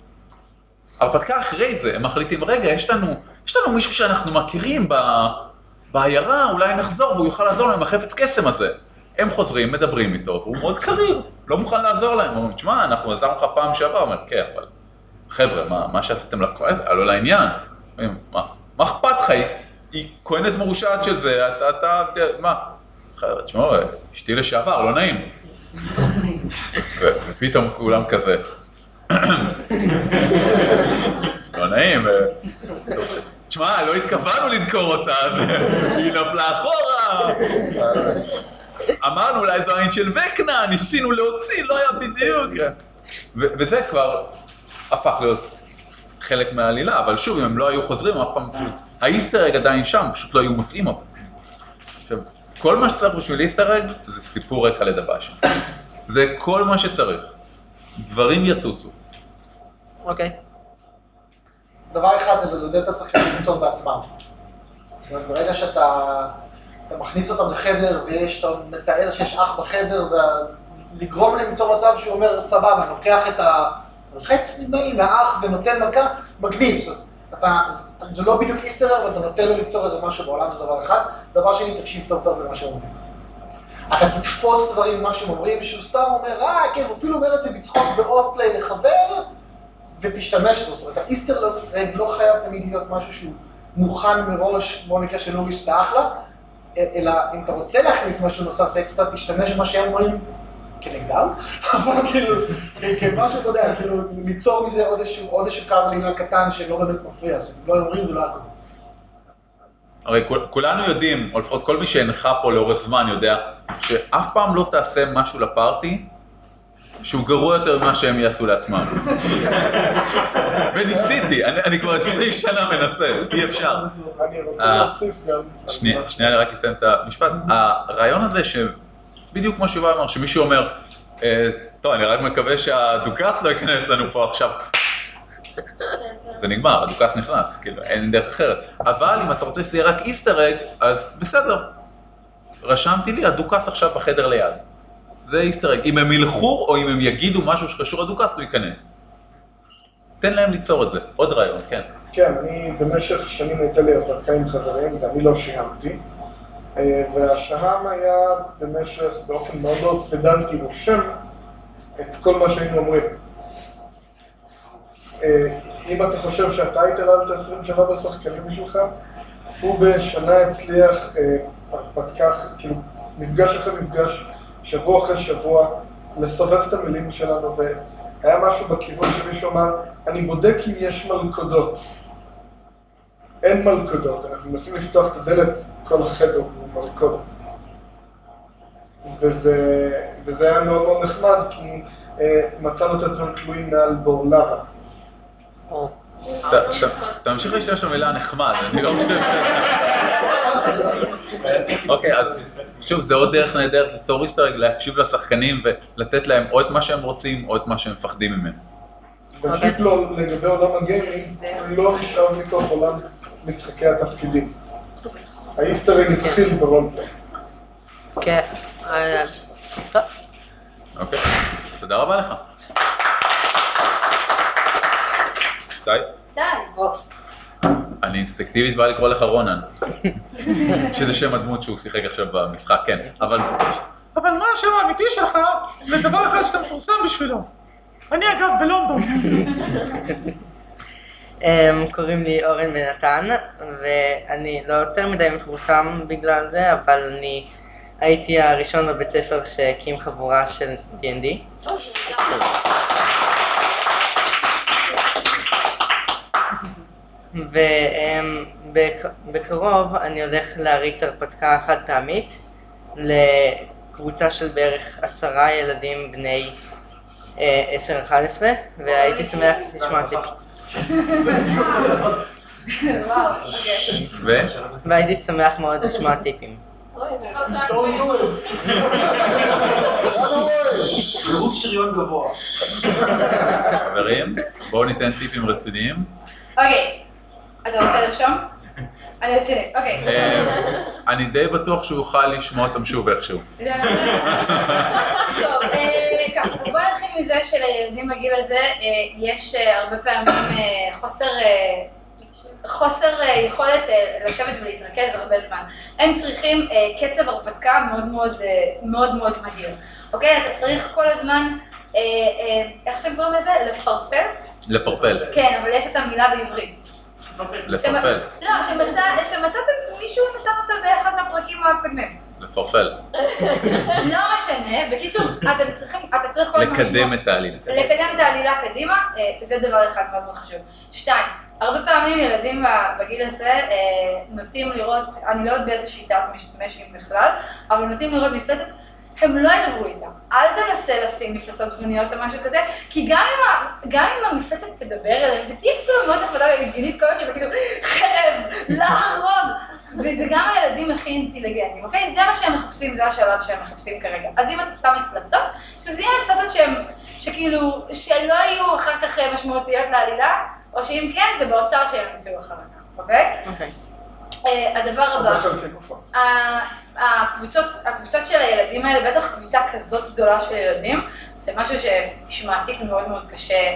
ההרפתקה אחרי זה, הם מחליטים, רגע, יש לנו, יש לנו מישהו שאנחנו מכירים בעיירה אולי נחזור והוא יוכל לעזור להם עם החפץ קסם הזה. הם חוזרים, מדברים איתו, והוא מאוד קריר, לא מוכן לעזור להם. הוא אומר, תשמע, אנחנו עזרנו לך פעם שעבר. הוא אומר, כן, אבל חבר'ה, מה, מה שעשיתם לכהנת, עלו לעניין. מה, מה אכפת לך? היא, היא כהנת מרושעת של זה, אתה, אתה, אתה, מה? חבר'ה, תשמעו, אשתי לשעבר, לא נעים. ו- ופתאום כולם כזה. לא נעים. תשמע, לא התכוונו לדקור אותה, היא נפלה אחורה. אמרנו, אולי זו עין של וקנה, ניסינו להוציא, לא היה בדיוק. ו- וזה כבר הפך להיות חלק מהעלילה, אבל שוב, אם הם לא היו חוזרים, אף פעם פשוט, האיסטר אג עדיין שם, פשוט לא היו מוצאים אותו. עכשיו, כל מה שצריך בשביל איסטר אג, זה סיפור רקע לדב"ש. זה כל מה שצריך. דברים יצוצו. אוקיי. דבר אחד זה לעודד את השחקנים למצוא בעצמם. זאת אומרת, ברגע שאתה אתה מכניס אותם לחדר ויש, אתה מתאר שיש אח בחדר, ולגרום להם למצוא מצב שהוא אומר, סבבה, אני לוקח את החץ נדמה לי מהאח ונותן מכה, מגניב. זאת, אתה, זה לא בדיוק איסטר, אבל אתה נותן לו ליצור איזה משהו בעולם, זה דבר אחד. דבר שני, תקשיב טוב טוב למה שהם אומרים. אתה תתפוס דברים ממה שהם אומרים, שהוא סתם אומר, אה, כן, הוא אפילו אומר את זה בצחוק באופליי לחבר, ותשתמש בו. זאת אומרת, האיסטר לא חייב תמיד להיות משהו שהוא מוכן מראש, כמו המקרה של אורי שאתה אחלה, אלא אם אתה רוצה להכניס משהו נוסף אקסטרה, תשתמש במה שהם אומרים כנגדם, אבל כאילו, כמה שאתה יודע, כאילו, ליצור מזה עוד איזשהו קו לינה קטן שלא באמת מפריע, זאת אומרת, לא אומרים ולא הכל. הרי כולנו יודעים, או לפחות כל מי שהנחה פה לאורך זמן יודע, שאף פעם לא תעשה משהו לפארטי, שהוא גרוע יותר ממה שהם יעשו לעצמם. וניסיתי, אני, אני כבר עשרים שנה מנסה, אי אפשר. אני רוצה להוסיף גם. שנייה, שנייה, אני רק אסיים את המשפט. הרעיון הזה שבדיוק כמו שיובל אמר, שמישהו אומר, טוב, אני רק מקווה שהדוכס לא ייכנס לנו פה עכשיו. זה נגמר, הדוכס נכנס, כאילו, אין דרך אחרת. אבל אם אתה רוצה שזה יהיה רק איסטר אג, אז בסדר. רשמתי לי, הדוכס עכשיו בחדר ליד. זה איסטר אג. אם הם ילכו או אם הם יגידו משהו שקשור לדוכס, הוא ייכנס. תן להם ליצור את זה. עוד רעיון, כן. כן, אני במשך שנים הייתה לי החלקה עם חברים, ואני לא שיהמתי. והשהם היה במשך, באופן מאוד מאוד פדנטי רושם, את כל מה שהיינו אומרים. אם אתה חושב שאתה התעללת עשרים שנה בשחקנים שלך, הוא בשנה הצליח הרפתקה, כאילו, מפגש אחרי מפגש, שבוע אחרי שבוע, לסובב את המילים שלנו, והיה משהו בכיוון שמישהו אמר, אני בודק אם יש מלכודות. אין מלכודות, אנחנו מנסים לפתוח את הדלת, כל החדר הוא מלכודות. וזה, וזה היה מאוד מאוד נחמד, כי אה, מצאנו את עצמם תלויים מעל בור לבה. אתה ממשיך להשתמש במילה נחמד, אני לא חושב ש... אוקיי, אז שוב, זה עוד דרך נהדרת ליצור איסטר אג, להקשיב לשחקנים ולתת להם או את מה שהם רוצים או את מה שהם מפחדים ממנו. פשוט לא, לגבי עולם הגיימינג, לא נשאר מתוך עולם משחקי התפקידים. האיסטר אג התחיל ברולפליי. כן, טוב. אוקיי, תודה רבה לך. שי? די. אני אינסטינקטיבית בא לקרוא לך רונן. שזה שם הדמות שהוא שיחק עכשיו במשחק, כן. אבל... אבל מה השם האמיתי שלך לדבר אחד שאתה מפורסם בשבילו? אני אגב בלונדון. קוראים לי אורן מנתן, ואני לא יותר מדי מפורסם בגלל זה, אבל אני הייתי הראשון בבית ספר שהקים חבורה של די אנד די. ובקרוב אני הולך להריץ הרפתקה חד פעמית לקבוצה של בערך עשרה ילדים בני עשר אחת עשרה, והייתי שמח לשמוע טיפים. והייתי שמח מאוד לשמוע טיפים. פירוט שריון גבוה. חברים, בואו ניתן טיפים רציניים. אוקיי, אתה רוצה לרשום? אני רצינית, אוקיי. אני די בטוח שהוא יוכל לשמוע אותם שוב איכשהו. זה נכון. טוב, ככה, בוא נתחיל מזה שלילדים בגיל הזה יש הרבה פעמים חוסר חוסר יכולת לשבת ולהתרכז הרבה זמן. הם צריכים קצב הרפתקה מאוד מאוד מאוד מאוד מהיר. אוקיי? אתה צריך כל הזמן, איך אתם קוראים לזה? לפרפל? לפרפל. כן, אבל יש את המילה בעברית. לפרפל. לא, שמצאתם מישהו נתן אותה באחד מהפרקים הקודמים. לפרפל. לא משנה, בקיצור, אתם צריכים, אתה צריך כל הזמן... לקדם את העלילה. לקדם את העלילה קדימה, זה דבר אחד מאוד מאוד חשוב. שתיים, הרבה פעמים ילדים בגיל הזה נוטים לראות, אני לא יודעת באיזה שיטה אתה משתמש עם בכלל, אבל נוטים לראות מפלצת, הם לא ידברו איתם. אל תנסה לשים מפלצות דמוניות או משהו כזה, כי גם אם, גם אם המפלצת תדבר אליהם, ותהיה אפילו מאוד נחמדה והגיונית כלשהי, וכאילו, חרב, להרוג! וזה גם הילדים הכי אינטליגנטים, אוקיי? זה מה שהם מחפשים, זה השלב שהם מחפשים כרגע. אז אם אתה שם מפלצות, שזה יהיה מפלצות שהם, שכאילו, שלא יהיו אחר כך משמעותיות לעלילה, או שאם כן, זה באוצר שהם ימצאו אחר כך, אוקיי? אוקיי. הדבר הבא, הקבוצות, הקבוצות של הילדים האלה, בטח קבוצה כזאת גדולה של ילדים, זה משהו שמשמעתית מאוד מאוד קשה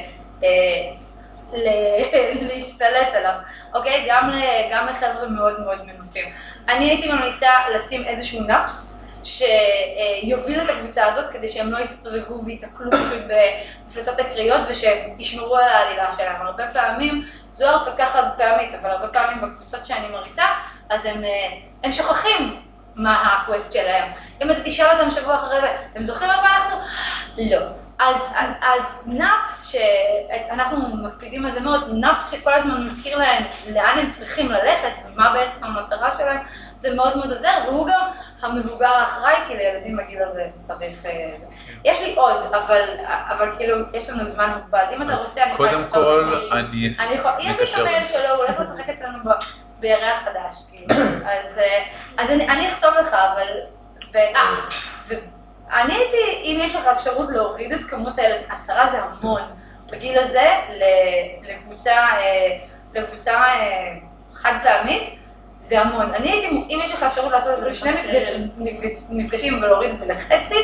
להשתלט עליו, אוקיי? גם לחבר'ה מאוד מאוד מנוסים. אני הייתי ממליצה לשים איזשהו נפס שיוביל את הקבוצה הזאת כדי שהם לא יסתובבו ויתקלו פשוט במפלצות אקראיות ושישמרו על העלילה שלהם. הרבה פעמים, זו הרפתקה חד פעמית, אבל הרבה פעמים בקבוצות שאני מריצה, אז הם, הם שוכחים מה הקווסט שלהם. אם אתה תשאל אותם שבוע אחרי זה, אתם זוכרים איפה אנחנו? לא. אז, אז נפס שאנחנו מקפידים על זה מאוד, נפס שכל הזמן מזכיר להם לאן הם צריכים ללכת ומה בעצם המטרה שלהם, זה מאוד מאוד עוזר, והוא גם המבוגר האחראי, כי לילדים בגיל הזה צריך זה. יש לי עוד, אבל, אבל כאילו, יש לנו זמן מוגבל. אם אתה רוצה, אני קודם כל, אני אקשר. יש לי את המייל שלו, הוא הולך לשחק אצלנו בירח חדש, כאילו. אז, אז אני, אני אכתוב לך, אבל... ואה, אני הייתי, אם יש לך אפשרות להוריד את כמות הילד, עשרה זה המון. בגיל הזה, לקבוצה, לקבוצה חד פעמית, זה המון. אני הייתי, אם יש לך אפשרות לעשות את זה בשני מפגשים ולהוריד את זה לחצי,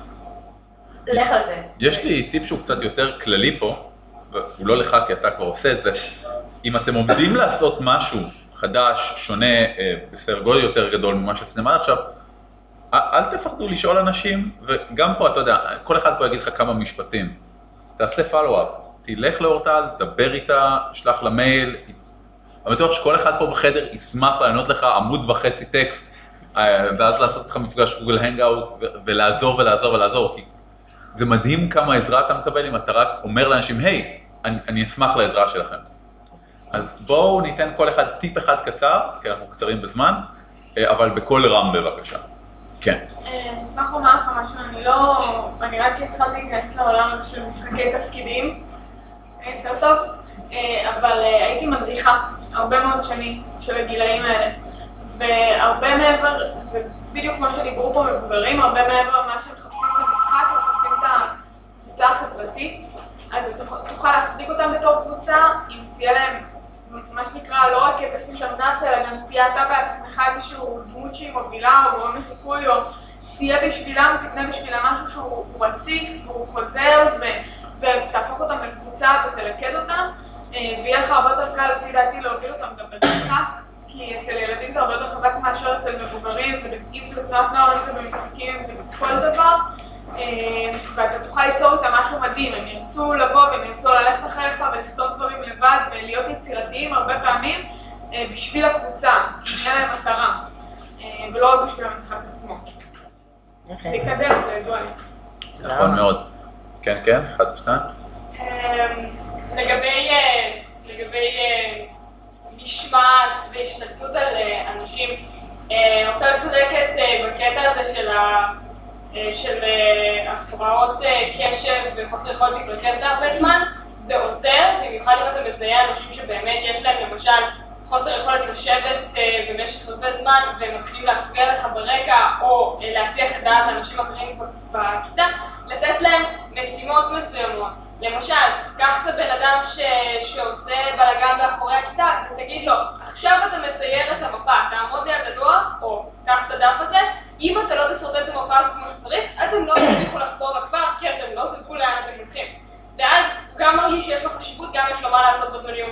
לך על זה. יש לי טיפ שהוא קצת יותר כללי פה, והוא לא לך כי אתה כבר עושה את זה. אם אתם עומדים לעשות משהו חדש, שונה, בסדר גודל יותר גדול ממה שעשיתם עד עכשיו, אל תפחדו לשאול אנשים, וגם פה, אתה יודע, כל אחד פה יגיד לך כמה משפטים. תעשה פולו-אפ, תלך לאורטל, דבר איתה, שלח למייל. אני בטוח שכל אחד פה בחדר ישמח לענות לך עמוד וחצי טקסט, ואז לעשות לך מפגש גוגל הנגאוט, ולעזור ולעזור ולעזור, כי זה מדהים כמה עזרה אתה מקבל אם אתה רק אומר לאנשים, היי, אני, אני אשמח לעזרה שלכם. אז בואו ניתן כל אחד טיפ אחד קצר, כי אנחנו קצרים בזמן, אבל בכל רם בבקשה. כן. אני אשמח לומר לך משהו, אני לא... אני רק התחלתי להיכנס לעולם הזה של משחקי תפקידים, יותר טוב, אבל הייתי מדריכה הרבה מאוד שנים של הגילאים האלה, והרבה מעבר, זה בדיוק כמו שדיברו פה מבוגרים, הרבה מעבר מה שהם מחפשים את המשחק, הם מחפשים את הקבוצה החברתית, אז תוכל להחזיק אותם בתור קבוצה, אם תהיה להם מה שנקרא, לא רק טקסטים של נפס, אלא גם תהיה אתה בעצמך איזשהו דמות שהיא מובילה או גורם לחיקוי, או תהיה בשבילם, תקנה בשבילם משהו שהוא רציף והוא חוזר, ותהפוך אותם לקבוצה ותלכד אותם, ויהיה לך הרבה יותר קל לפי דעתי להוביל אותם גם במשחק, כי אצל ילדים זה הרבה יותר חזק מאשר אצל מבוגרים, אם זה בתנועת נוער, אם זה במשחקים, אם זה בכל דבר, ואתה תוכל ליצור איתם משהו מדהים, הם ירצו לבוא והם ירצו ללכת אחריך ולכתוב דברים לבד ולהיות יצירתיים הרבה פעמים בשביל הקבוצה, אם יהיה להם מטרה, ולא רק בשביל המשחק עצמו. זה יקדם, זה ידוע לי. נכון מאוד. כן, כן, אחד ושתיים. לגבי משמעת והשתלטות על אנשים, אותה צודקת בקטע הזה של ה... של הפרעות קשב וחוסר יכולת להתרכז להרבה זמן, זה עוזר, במיוחד אם אתה מזהה אנשים שבאמת יש להם למשל חוסר יכולת לשבת במשך הרבה זמן והם מתחילים להפריע לך ברקע או להסיח את דעת אנשים אחרים בכיתה, לתת להם משימות מסוימות. למשל, קח את הבן אדם ש... שעושה בלגן באחורי הכיתה ותגיד לו, עכשיו אתה מצייר את המפה, תעמוד ליד הלוח או קח את הדף הזה, אם אתה לא תסרטט את המפה כמו שצריך, אתם לא תצליחו לחזור לכפר כי אתם לא תדעו לאן אתם הולכים. ואז הוא גם מרגיש שיש לו חשיבות, גם יש לו מה לעשות בזמנים האמיתיים שהוא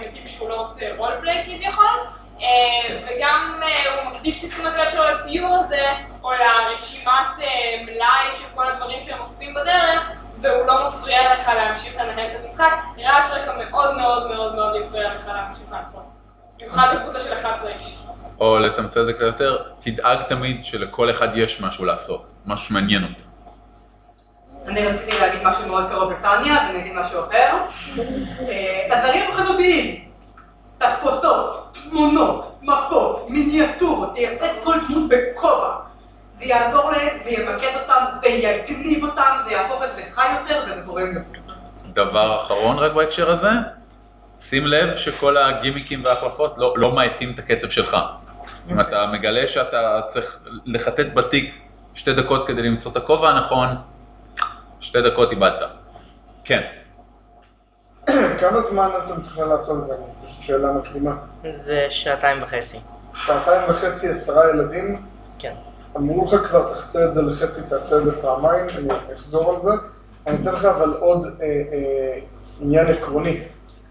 שהוא לא עושה רולפליי כביכול, וגם הוא מקדיש את תשומת לב שלו לציור הזה, או לרשימת מלאי של כל הדברים שהם אוספים בדרך, והוא לא מפריע לך להמשיך לנהל את המשחק. רעש רקע מאוד מאוד מאוד מאוד יפריע לך להמשיך להנחות. במיוחד בקבוצה של אחד עשר איש. או לתמצת את זה יותר, תדאג תמיד שלכל אחד יש משהו לעשות, משהו שמעניין אותו. אני רציתי להגיד משהו מאוד קרוב לטניה, ואני אגיד משהו אחר. הדברים החזותיים, תחפושות, תמונות, מפות, מיניאטורות, תייצג כל דמות בכובע. זה יעזור להם, זה ימקד אותם, זה יגניב אותם, זה יהפוך את זה חי יותר וזה זורם יותר. דבר אחרון רק בהקשר הזה, שים לב שכל הגימיקים והחלפות לא, לא מעטים את הקצב שלך. Okay. אם אתה מגלה שאתה צריך לחטט בתיק שתי דקות כדי למצוא את הכובע הנכון, שתי דקות איבדת. כן. כמה זמן אתם צריכים לעשות את זה? שאלה מקדימה. זה שעתיים וחצי. שעתיים וחצי, עשרה ילדים? כן. אמרו לך כבר, תחצה את זה לחצי, תעשה את זה פעמיים, אני אחזור על זה. אני אתן לך אבל עוד אה, אה, עניין עקרוני.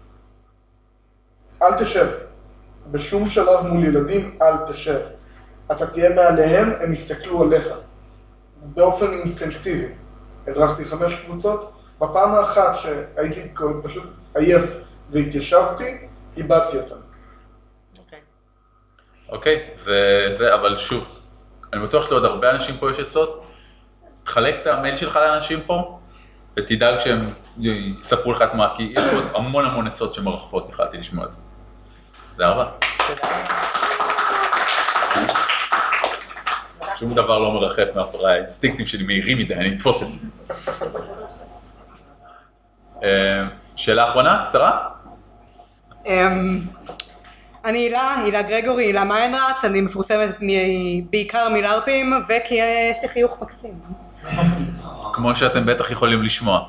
אל תשב. בשום שלב מול ילדים, אל תשב. אתה תהיה מעליהם, הם יסתכלו עליך. באופן אינסטינקטיבי. הדרכתי חמש קבוצות. בפעם האחת שהייתי פשוט עייף והתיישבתי, איבדתי אותם. אוקיי. אוקיי, זה, זה, אבל שוב, אני בטוח שלעוד הרבה אנשים פה יש עצות. תחלק את המייל שלך לאנשים פה, ותדאג שהם יספרו לך את מה, כי יש עוד המון המון עצות שמרחפות, יכלתי לשמוע את זה. תודה רבה. שום דבר לא מרחף מאחורי האינסטינקטים שלי מהירים מדי, אני אתפוס את זה. שאלה אחרונה, קצרה? אני הילה, הילה גרגורי, הילה מיינרט, אני מפורסמת בעיקר מלארפים, וכי יש לי חיוך מקסים. כמו שאתם בטח יכולים לשמוע.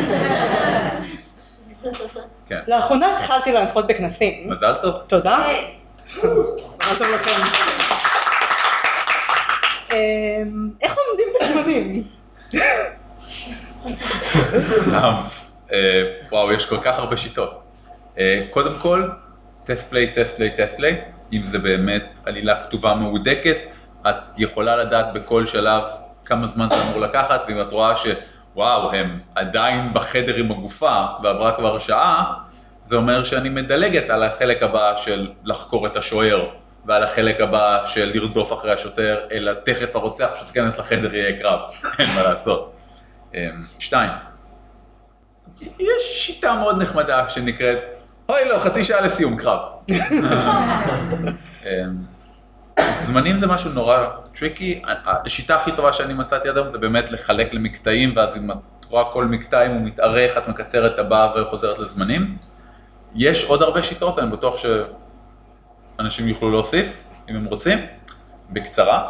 כן. לאחרונה התחלתי להנחות בכנסים. מזל טוב. תודה. מזל טוב לכם. איך עומדים בזמנים? וואו, יש כל כך הרבה שיטות. קודם כל, טסט פליי, טסט פליי, טסט פליי. אם זה באמת עלילה כתובה מהודקת, את יכולה לדעת בכל שלב כמה זמן זה אמור לקחת, ואם את רואה שוואו, הם עדיין בחדר עם הגופה, ועברה כבר שעה, זה אומר שאני מדלגת על החלק הבא של לחקור את השוער, ועל החלק הבא של לרדוף אחרי השוטר, אלא תכף הרוצח פשוט כנס לחדר יהיה קרב, אין מה לעשות. שתיים, יש שיטה מאוד נחמדה שנקראת, אוי לא, חצי שעה לסיום קרב. זמנים זה משהו נורא טריקי, השיטה הכי טובה שאני מצאתי עד היום זה באמת לחלק למקטעים, ואז אם את רואה כל מקטע, אם הוא מתארך, את מקצרת את הבא וחוזרת לזמנים. יש עוד הרבה שיטות, אני בטוח שאנשים יוכלו להוסיף, אם הם רוצים, בקצרה.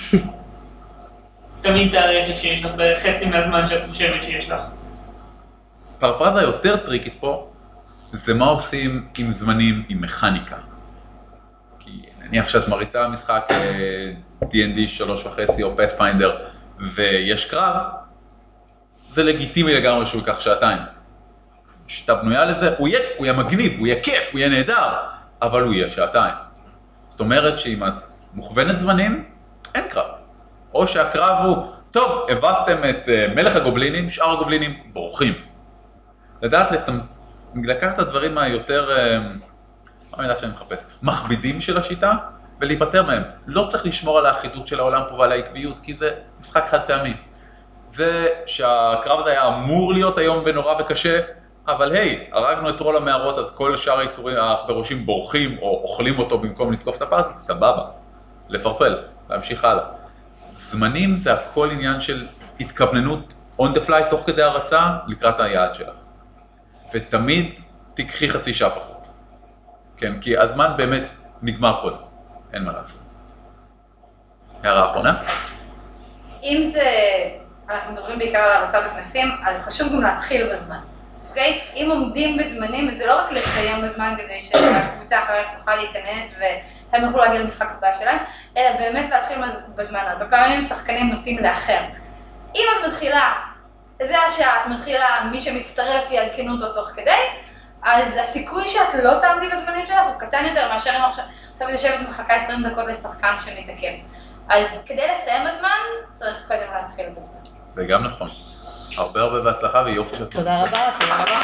תמיד תארך שיש לך בחצי מהזמן שאת חושבת שיש לך. פרפרזה יותר טריקית פה, זה מה עושים עם זמנים, עם מכניקה. כי נניח שאת מריצה משחק די אנד די שלוש וחצי או Pathfinder ויש קרב, זה לגיטימי לגמרי שהוא ייקח שעתיים. שיטה בנויה לזה, הוא יהיה, הוא יהיה מגניב, הוא יהיה כיף, הוא יהיה נהדר, אבל הוא יהיה שעתיים. זאת אומרת שאם את מוכוונת זמנים, אין קרב. או שהקרב הוא, טוב, הבסתם את מלך הגובלינים, שאר הגובלינים בורחים. לדעת לתמ... לקחת את הדברים היותר, מה המילה שאני מחפש, מכבידים של השיטה, ולהיפטר מהם. לא צריך לשמור על האחידות של העולם פה ועל העקביות, כי זה משחק חד פעמי. זה שהקרב הזה היה אמור להיות היום ונורא וקשה, אבל היי, הרגנו את רול המערות, אז כל שאר היצורים, בראשים בורחים או אוכלים אותו במקום לתקוף את הפארטי, סבבה. לפרפל, להמשיך הלאה. זמנים זה הכל עניין של התכווננות on the fly תוך כדי הרצה לקראת היעד שלה. ותמיד תיקחי חצי שעה פחות. כן, כי הזמן באמת נגמר קודם, אין מה לעשות. הערה האחרונה? אם זה, אנחנו מדברים בעיקר על הרצה בכנסים, אז חשוב גם להתחיל בזמן. אוקיי? אם עומדים בזמנים, זה לא רק לסיים בזמן כדי שהקבוצה אחריך תוכל להיכנס והם יוכלו להגיע למשחק הבא שלהם, אלא באמת להתחיל בזמן. הרבה פעמים שחקנים נוטים לאחר. אם את מתחילה, זה השעה, את מתחילה, מי שמצטרף יעדכנו אותו תוך כדי, אז הסיכוי שאת לא תעמדי בזמנים שלך הוא קטן יותר מאשר אם עכשיו עכשיו אני יושבת ומחכה עשרים דקות לשחקן שמתעכב. אז כדי לסיים בזמן, צריך קודם להתחיל בזמן. זה גם נכון. הרבה הרבה בהצלחה ויופי של תודה רבה, תודה רבה.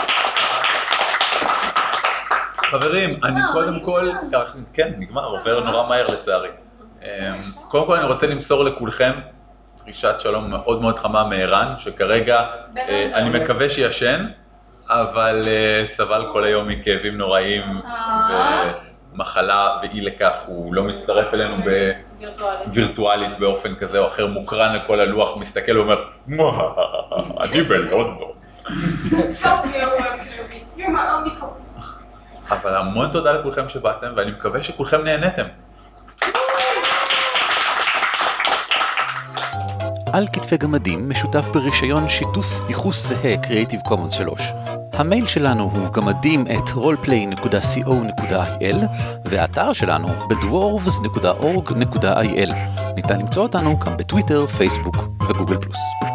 חברים, אני קודם כל, כן, נגמר, עובר נורא מהר לצערי. קודם כל אני רוצה למסור לכולכם דרישת שלום מאוד מאוד חמה מערן, שכרגע אני מקווה שישן, אבל סבל כל היום מכאבים נוראים ומחלה, ואי לכך הוא לא מצטרף אלינו בווירטואלית באופן כזה או אחר, מוקרן לכל הלוח, מסתכל ואומר, אני בלונדון. אבל המון תודה לכולכם שבאתם, ואני מקווה שכולכם נהנתם. על כתפי גמדים משותף ברישיון שיתוף ייחוס זהה Creative Commons שלוש. המייל שלנו הוא גמדים את roleplay נקודה co נקודה il והאתר שלנו ב-dwarves נקודה org נקודה il. ניתן למצוא אותנו גם בטוויטר, פייסבוק וגוגל פלוס.